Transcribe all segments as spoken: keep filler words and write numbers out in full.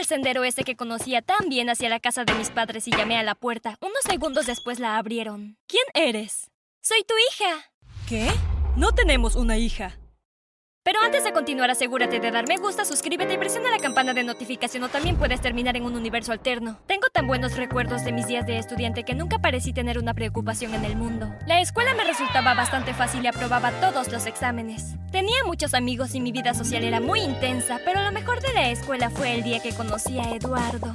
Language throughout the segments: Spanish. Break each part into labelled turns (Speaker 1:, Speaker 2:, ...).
Speaker 1: sendero ese que conocía tan bien hacia la casa de mis padres y llamé a la puerta. Unos segundos después la abrieron.
Speaker 2: ¿Quién eres?
Speaker 1: Soy tu hija.
Speaker 2: ¿Qué? No tenemos una hija.
Speaker 1: Pero antes de continuar, asegúrate de dar me gusta, suscríbete y presiona la campana de notificación o también puedes terminar en un universo alterno. Tengo tan buenos recuerdos de mis días de estudiante que nunca parecí tener una preocupación en el mundo. La escuela me resultaba bastante fácil y aprobaba todos los exámenes. Tenía muchos amigos y mi vida social era muy intensa, pero lo mejor de la escuela fue el día que conocí a Eduardo.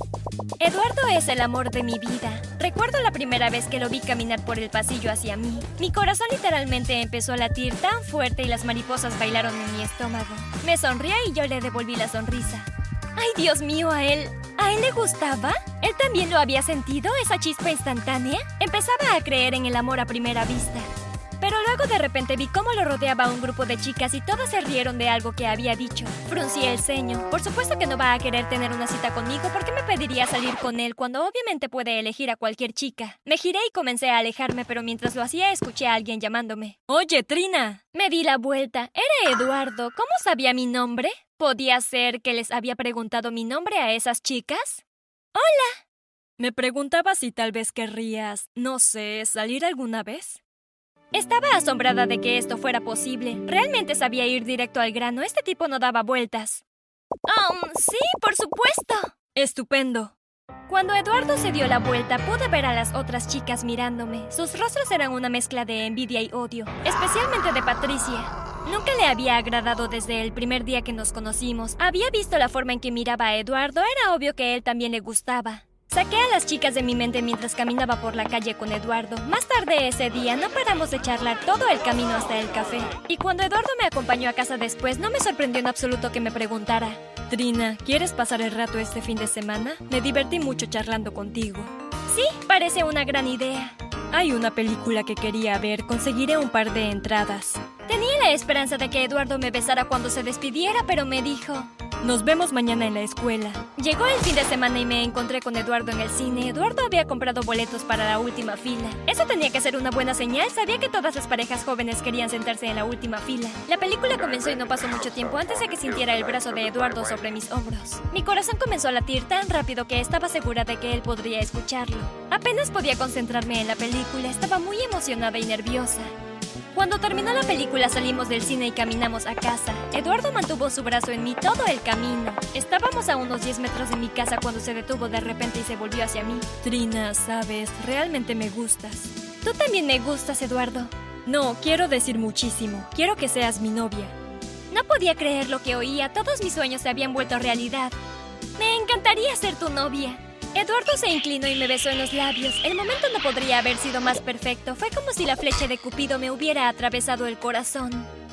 Speaker 1: Eduardo es el amor de mi vida. Recuerdo la primera vez que lo vi caminar por el pasillo hacia mí. Mi corazón literalmente empezó a latir tan fuerte y las mariposas bailaron en mi estómago. Me sonrió y yo le devolví la sonrisa. ¡Ay, Dios mío! ¿A él? ¿A él le gustaba? ¿Él también lo había sentido, esa chispa instantánea? Empezaba a creer en el amor a primera vista. Pero luego de repente vi cómo lo rodeaba un grupo de chicas y todas se rieron de algo que había dicho. Fruncí el ceño. Por supuesto que no va a querer tener una cita conmigo. ¿Por qué me pediría salir con él cuando obviamente puede elegir a cualquier chica? Me giré y comencé a alejarme, pero mientras lo hacía escuché a alguien llamándome.
Speaker 2: ¡Oye, Trina!
Speaker 1: Me di la vuelta. Era Eduardo. ¿Cómo sabía mi nombre? ¿Podía ser que les había preguntado mi nombre a esas chicas? ¡Hola!
Speaker 2: Me preguntaba si tal vez querrías, no sé, salir alguna vez.
Speaker 1: Estaba asombrada de que esto fuera posible. Realmente sabía ir directo al grano. Este tipo no daba vueltas. Um, sí, por supuesto.
Speaker 2: Estupendo.
Speaker 1: Cuando Eduardo se dio la vuelta, pude ver a las otras chicas mirándome. Sus rostros eran una mezcla de envidia y odio, especialmente de Patricia. Nunca le había agradado desde el primer día que nos conocimos. Había visto la forma en que miraba a Eduardo. Era obvio que él también le gustaba. Saqué a las chicas de mi mente mientras caminaba por la calle con Eduardo. Más tarde ese día no paramos de charlar todo el camino hasta el café. Y cuando Eduardo me acompañó a casa después, no me sorprendió en absoluto que me preguntara:
Speaker 2: Trina, ¿quieres pasar el rato este fin de semana? Me divertí mucho charlando contigo.
Speaker 1: Sí, parece una gran idea.
Speaker 2: Hay una película que quería ver. Conseguiré un par de entradas.
Speaker 1: Tenía la esperanza de que Eduardo me besara cuando se despidiera, pero me dijo:
Speaker 2: nos vemos mañana en la escuela.
Speaker 1: Llegó el fin de semana y me encontré con Eduardo en el cine. Eduardo había comprado boletos para la última fila. Eso tenía que ser una buena señal. Sabía que todas las parejas jóvenes querían sentarse en la última fila. La película comenzó y no pasó mucho tiempo antes de que sintiera el brazo de Eduardo sobre mis hombros. Mi corazón comenzó a latir tan rápido que estaba segura de que él podría escucharlo. Apenas podía concentrarme en la película. Estaba muy emocionada y nerviosa. Cuando terminó la película salimos del cine y caminamos a casa. Eduardo mantuvo su brazo en mí todo el camino. Estábamos a unos diez metros de mi casa cuando se detuvo de repente y se volvió hacia mí.
Speaker 2: Trina, sabes, realmente me gustas.
Speaker 1: Tú también me gustas, Eduardo.
Speaker 2: No, quiero decir muchísimo. Quiero que seas mi novia.
Speaker 1: No podía creer lo que oía. Todos mis sueños se habían vuelto realidad. Me encantaría ser tu novia. Eduardo se inclinó y me besó en los labios. El momento no podría haber sido más perfecto. Fue como si la flecha de Cupido me hubiera atravesado el corazón.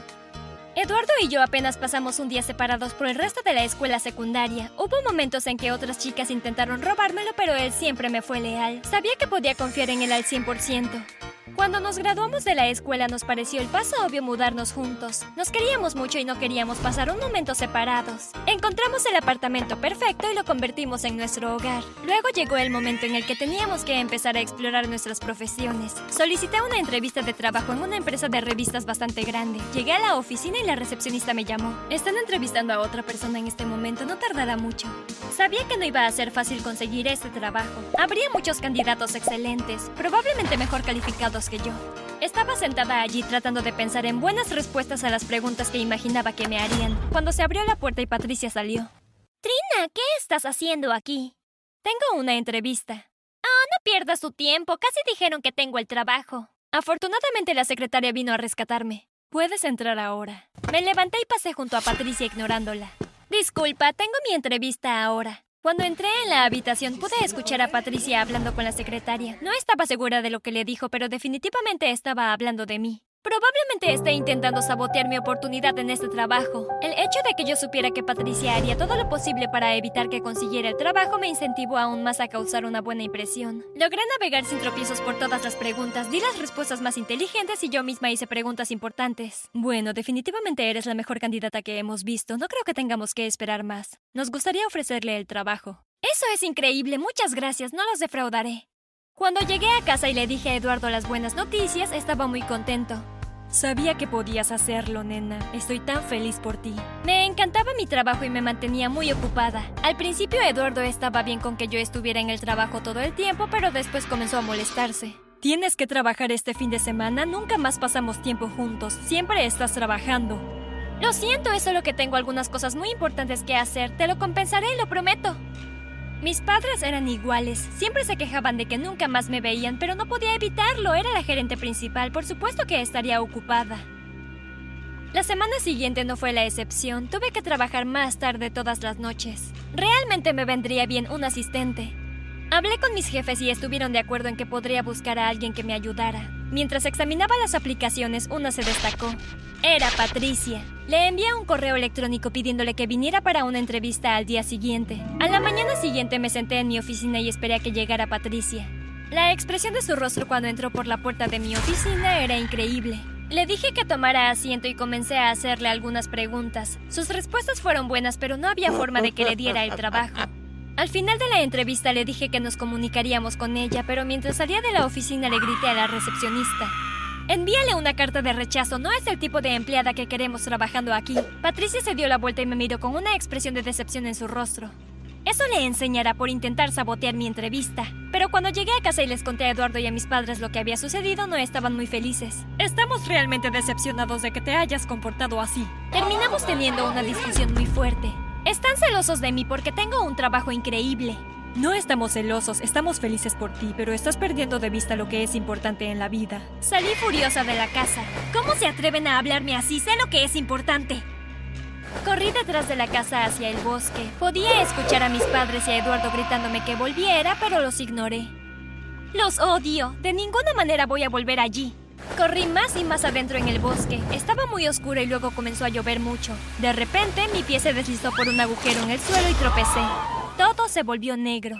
Speaker 1: Eduardo y yo apenas pasamos un día separados por el resto de la escuela secundaria. Hubo momentos en que otras chicas intentaron robármelo, pero él siempre me fue leal. Sabía que podía confiar en él al cien por ciento. Cuando nos graduamos de la escuela nos pareció el paso obvio mudarnos juntos. Nos queríamos mucho y no queríamos pasar un momento separados. Encontramos el apartamento perfecto y lo convertimos en nuestro hogar. Luego llegó el momento en el que teníamos que empezar a explorar nuestras profesiones. Solicité una entrevista de trabajo en una empresa de revistas bastante grande. Llegué a la oficina y la recepcionista me llamó. Están entrevistando a otra persona en este momento, no tardará mucho. Sabía que no iba a ser fácil conseguir este trabajo. Habría muchos candidatos excelentes, probablemente mejor calificados que yo. Estaba sentada allí tratando de pensar en buenas respuestas a las preguntas que imaginaba que me harían, cuando se abrió la puerta y Patricia salió. Trina, ¿qué estás haciendo aquí? Tengo una entrevista. Oh, no pierdas tu tiempo, casi dijeron que tengo el trabajo. Afortunadamente la secretaria vino a rescatarme.
Speaker 2: Puedes entrar ahora.
Speaker 1: Me levanté y pasé junto a Patricia ignorándola. Disculpa, tengo mi entrevista ahora. Cuando entré en la habitación pude escuchar a Patricia hablando con la secretaria. No estaba segura de lo que le dijo, pero definitivamente estaba hablando de mí. Probablemente esté intentando sabotear mi oportunidad en este trabajo. El hecho de que yo supiera que Patricia haría todo lo posible para evitar que consiguiera el trabajo me incentivó aún más a causar una buena impresión. Logré navegar sin tropiezos por todas las preguntas, di las respuestas más inteligentes y yo misma hice preguntas importantes.
Speaker 2: Bueno, definitivamente eres la mejor candidata que hemos visto. No creo que tengamos que esperar más. Nos gustaría ofrecerle el trabajo.
Speaker 1: Eso es increíble. Muchas gracias. No los defraudaré. Cuando llegué a casa y le dije a Eduardo las buenas noticias, estaba muy contento.
Speaker 2: Sabía que podías hacerlo, nena. Estoy tan feliz por ti.
Speaker 1: Me encantaba mi trabajo y me mantenía muy ocupada. Al principio Eduardo estaba bien con que yo estuviera en el trabajo todo el tiempo, pero después comenzó a molestarse.
Speaker 2: Tienes que trabajar este fin de semana. Nunca más pasamos tiempo juntos. Siempre estás trabajando.
Speaker 1: Lo siento, es solo que tengo algunas cosas muy importantes que hacer. Te lo compensaré, lo prometo. Mis padres eran iguales. Siempre se quejaban de que nunca más me veían, pero no podía evitarlo. Era la gerente principal. Por supuesto que estaría ocupada. La semana siguiente no fue la excepción. Tuve que trabajar más tarde todas las noches. Realmente me vendría bien un asistente. Hablé con mis jefes y estuvieron de acuerdo en que podría buscar a alguien que me ayudara. Mientras examinaba las aplicaciones, una se destacó. Era Patricia. Le envié un correo electrónico pidiéndole que viniera para una entrevista al día siguiente. A la mañana siguiente me senté en mi oficina y esperé a que llegara Patricia. La expresión de su rostro cuando entró por la puerta de mi oficina era increíble. Le dije que tomara asiento y comencé a hacerle algunas preguntas. Sus respuestas fueron buenas, pero no había forma de que le diera el trabajo. Al final de la entrevista le dije que nos comunicaríamos con ella, pero mientras salía de la oficina le grité a la recepcionista. Envíale una carta de rechazo, no es el tipo de empleada que queremos trabajando aquí. Patricia se dio la vuelta y me miró con una expresión de decepción en su rostro. Eso le enseñará por intentar sabotear mi entrevista. Pero cuando llegué a casa y les conté a Eduardo y a mis padres lo que había sucedido, no estaban muy felices.
Speaker 2: Estamos realmente decepcionados de que te hayas comportado así.
Speaker 1: Terminamos teniendo una discusión muy fuerte. Están celosos de mí porque tengo un trabajo increíble.
Speaker 2: No estamos celosos, estamos felices por ti, pero estás perdiendo de vista lo que es importante en la vida.
Speaker 1: Salí furiosa de la casa. ¿Cómo se atreven a hablarme así? Sé lo que es importante. Corrí detrás de la casa hacia el bosque. Podía escuchar a mis padres y a Eduardo gritándome que volviera, pero los ignoré. Los odio. De ninguna manera voy a volver allí. Corrí más y más adentro en el bosque. Estaba muy oscuro y luego comenzó a llover mucho. De repente, mi pie se deslizó por un agujero en el suelo y tropecé. Todo se volvió negro.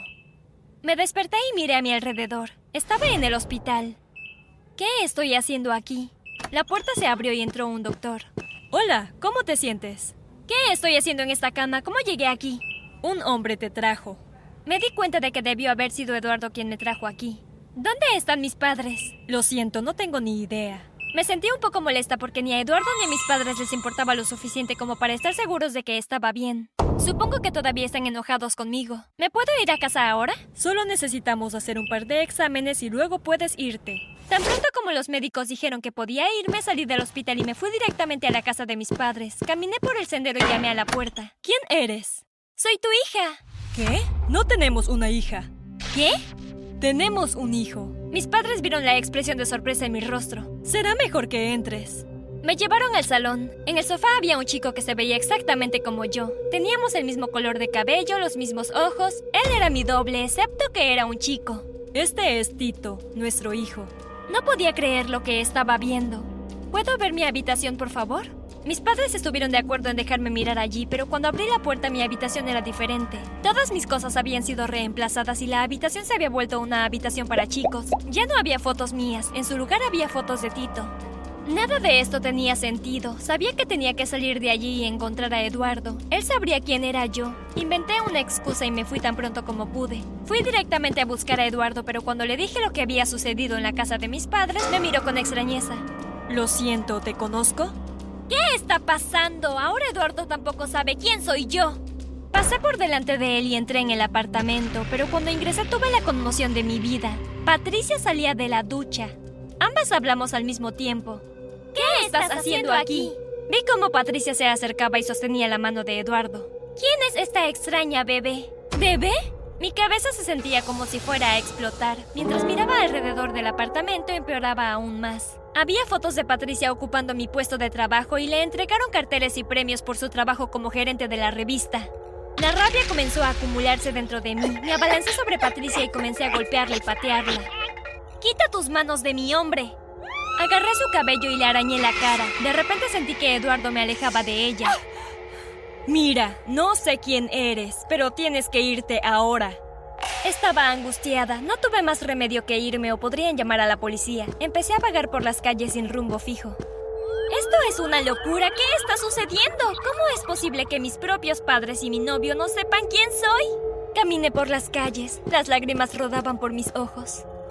Speaker 1: Me desperté y miré a mi alrededor. Estaba en el hospital. ¿Qué estoy haciendo aquí? La puerta se abrió y entró un doctor.
Speaker 2: Hola, ¿cómo te sientes?
Speaker 1: ¿Qué estoy haciendo en esta cama? ¿Cómo llegué aquí?
Speaker 2: Un hombre te trajo.
Speaker 1: Me di cuenta de que debió haber sido Eduardo quien me trajo aquí. ¿Dónde están mis padres?
Speaker 2: Lo siento, no tengo ni idea.
Speaker 1: Me sentí un poco molesta porque ni a Eduardo ni a mis padres les importaba lo suficiente como para estar seguros de que estaba bien. Supongo que todavía están enojados conmigo. ¿Me puedo ir a casa ahora?
Speaker 2: Solo necesitamos hacer un par de exámenes y luego puedes irte.
Speaker 1: Tan pronto como los médicos dijeron que podía irme, salí del hospital y me fui directamente a la casa de mis padres. Caminé por el sendero y llamé a la puerta.
Speaker 2: ¿Quién eres?
Speaker 1: Soy tu hija.
Speaker 2: ¿Qué? No tenemos una hija.
Speaker 1: ¿Qué?
Speaker 2: Tenemos un hijo.
Speaker 1: Mis padres vieron la expresión de sorpresa en mi rostro.
Speaker 2: Será mejor que entres.
Speaker 1: Me llevaron al salón. En el sofá había un chico que se veía exactamente como yo. Teníamos el mismo color de cabello, los mismos ojos. Él era mi doble, excepto que era un chico.
Speaker 2: Este es Tito, nuestro hijo.
Speaker 1: No podía creer lo que estaba viendo. ¿Puedo ver mi habitación, por favor? Mis padres estuvieron de acuerdo en dejarme mirar allí, pero cuando abrí la puerta mi habitación era diferente. Todas mis cosas habían sido reemplazadas y la habitación se había vuelto una habitación para chicos. Ya no había fotos mías, en su lugar había fotos de Tito. Nada de esto tenía sentido. Sabía que tenía que salir de allí y encontrar a Eduardo. Él sabría quién era yo. Inventé una excusa y me fui tan pronto como pude. Fui directamente a buscar a Eduardo, pero cuando le dije lo que había sucedido en la casa de mis padres, me miró con extrañeza.
Speaker 2: Lo siento, ¿te conozco?
Speaker 1: ¿Qué está pasando? Ahora Eduardo tampoco sabe quién soy yo. Pasé por delante de él y entré en el apartamento, pero cuando ingresé tuve la conmoción de mi vida. Patricia salía de la ducha. Ambas hablamos al mismo tiempo. ¿Qué estás haciendo aquí? Vi cómo Patricia se acercaba y sostenía la mano de Eduardo. ¿Quién es esta extraña bebé? ¿Bebé? Mi cabeza se sentía como si fuera a explotar. Mientras miraba alrededor del apartamento, empeoraba aún más. Había fotos de Patricia ocupando mi puesto de trabajo y le entregaron carteles y premios por su trabajo como gerente de la revista. La rabia comenzó a acumularse dentro de mí. Me abalancé sobre Patricia y comencé a golpearla y patearla. ¡Quita tus manos de mi hombre! Agarré su cabello y le arañé la cara. De repente sentí que Eduardo me alejaba de ella.
Speaker 2: Mira, no sé quién eres, pero tienes que irte ahora.
Speaker 1: Estaba angustiada. No tuve más remedio que irme o podrían llamar a la policía. Empecé a vagar por las calles sin rumbo fijo. ¡Esto es una locura! ¿Qué está sucediendo? ¿Cómo es posible que mis propios padres y mi novio no sepan quién soy? Caminé por las calles. Las lágrimas rodaban por mis ojos.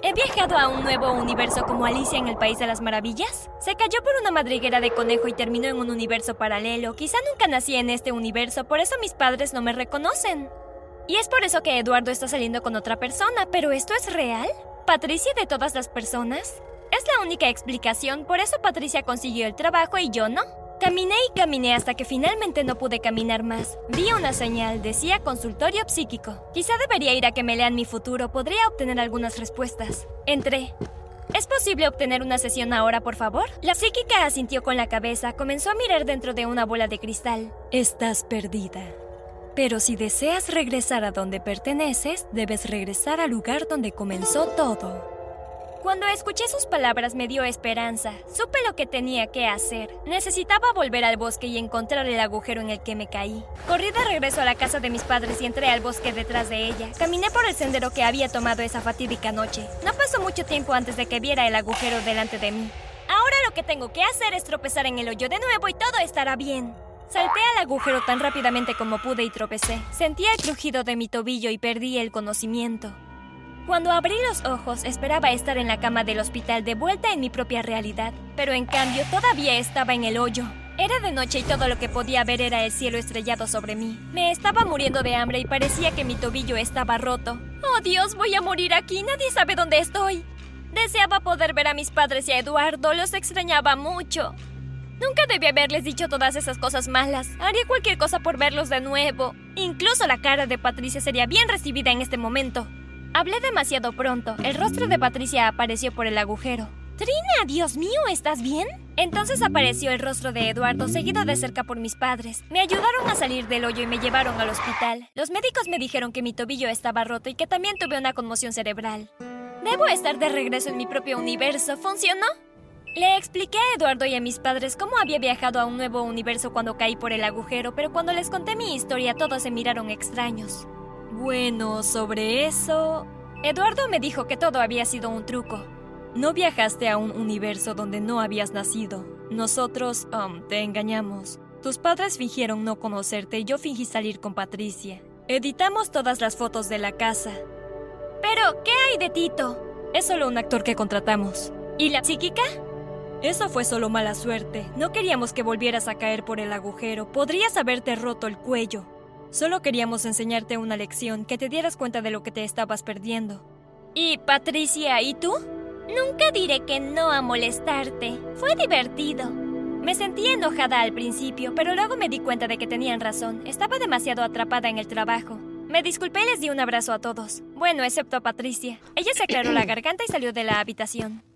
Speaker 1: ¿He viajado a un nuevo universo como Alicia en el País de las Maravillas? Se cayó por una madriguera de conejo y terminó en un universo paralelo. Quizá nunca nací en este universo, por eso mis padres no me reconocen. Y es por eso que Eduardo está saliendo con otra persona, ¿pero esto es real? ¿Patricia de todas las personas? Es la única explicación, por eso Patricia consiguió el trabajo y yo no. Caminé y caminé hasta que finalmente no pude caminar más. Vi una señal, decía consultorio psíquico. Quizá debería ir a que me lean mi futuro, podría obtener algunas respuestas. Entré. ¿Es posible obtener una sesión ahora, por favor? La psíquica asintió con la cabeza, comenzó a mirar dentro de una bola de cristal.
Speaker 2: Estás perdida. Pero si deseas regresar a donde perteneces, debes regresar al lugar donde comenzó todo.
Speaker 1: Cuando escuché sus palabras me dio esperanza. Supe lo que tenía que hacer. Necesitaba volver al bosque y encontrar el agujero en el que me caí. Corrí de regreso a la casa de mis padres y entré al bosque detrás de ella. Caminé por el sendero que había tomado esa fatídica noche. No pasó mucho tiempo antes de que viera el agujero delante de mí. Ahora lo que tengo que hacer es tropezar en el hoyo de nuevo y todo estará bien. Salté al agujero tan rápidamente como pude y tropecé. Sentí el crujido de mi tobillo y perdí el conocimiento. Cuando abrí los ojos, esperaba estar en la cama del hospital de vuelta en mi propia realidad, pero en cambio todavía estaba en el hoyo. Era de noche y todo lo que podía ver era el cielo estrellado sobre mí. Me estaba muriendo de hambre y parecía que mi tobillo estaba roto. ¡Oh, Dios! Voy a morir aquí. Nadie sabe dónde estoy. Deseaba poder ver a mis padres y a Eduardo. Los extrañaba mucho. Nunca debí haberles dicho todas esas cosas malas. Haría cualquier cosa por verlos de nuevo. Incluso la cara de Patricia sería bien recibida en este momento. Hablé demasiado pronto. El rostro de Patricia apareció por el agujero. ¡Trina! ¡Dios mío! ¿Estás bien? Entonces apareció el rostro de Eduardo, seguido de cerca por mis padres. Me ayudaron a salir del hoyo y me llevaron al hospital. Los médicos me dijeron que mi tobillo estaba roto y que también tuve una conmoción cerebral. Debo estar de regreso en mi propio universo. ¿Funcionó? Le expliqué a Eduardo y a mis padres cómo había viajado a un nuevo universo cuando caí por el agujero, pero cuando les conté mi historia todos se miraron extraños.
Speaker 2: Bueno, sobre eso...
Speaker 1: Eduardo me dijo que todo había sido un truco.
Speaker 2: No viajaste a un universo donde no habías nacido. Nosotros, um, te engañamos. Tus padres fingieron no conocerte y yo fingí salir con Patricia. Editamos todas las fotos de la casa.
Speaker 1: ¿Pero qué hay de Tito?
Speaker 2: Es solo un actor que contratamos.
Speaker 1: ¿Y la psíquica?
Speaker 2: Eso fue solo mala suerte. No queríamos que volvieras a caer por el agujero. Podrías haberte roto el cuello. Solo queríamos enseñarte una lección, que te dieras cuenta de lo que te estabas perdiendo.
Speaker 1: ¿Y Patricia, y tú? Nunca diré que no a molestarte. Fue divertido. Me sentí enojada al principio, pero luego me di cuenta de que tenían razón. Estaba demasiado atrapada en el trabajo. Me disculpé y les di un abrazo a todos. Bueno, excepto a Patricia. Ella se aclaró la garganta y salió de la habitación.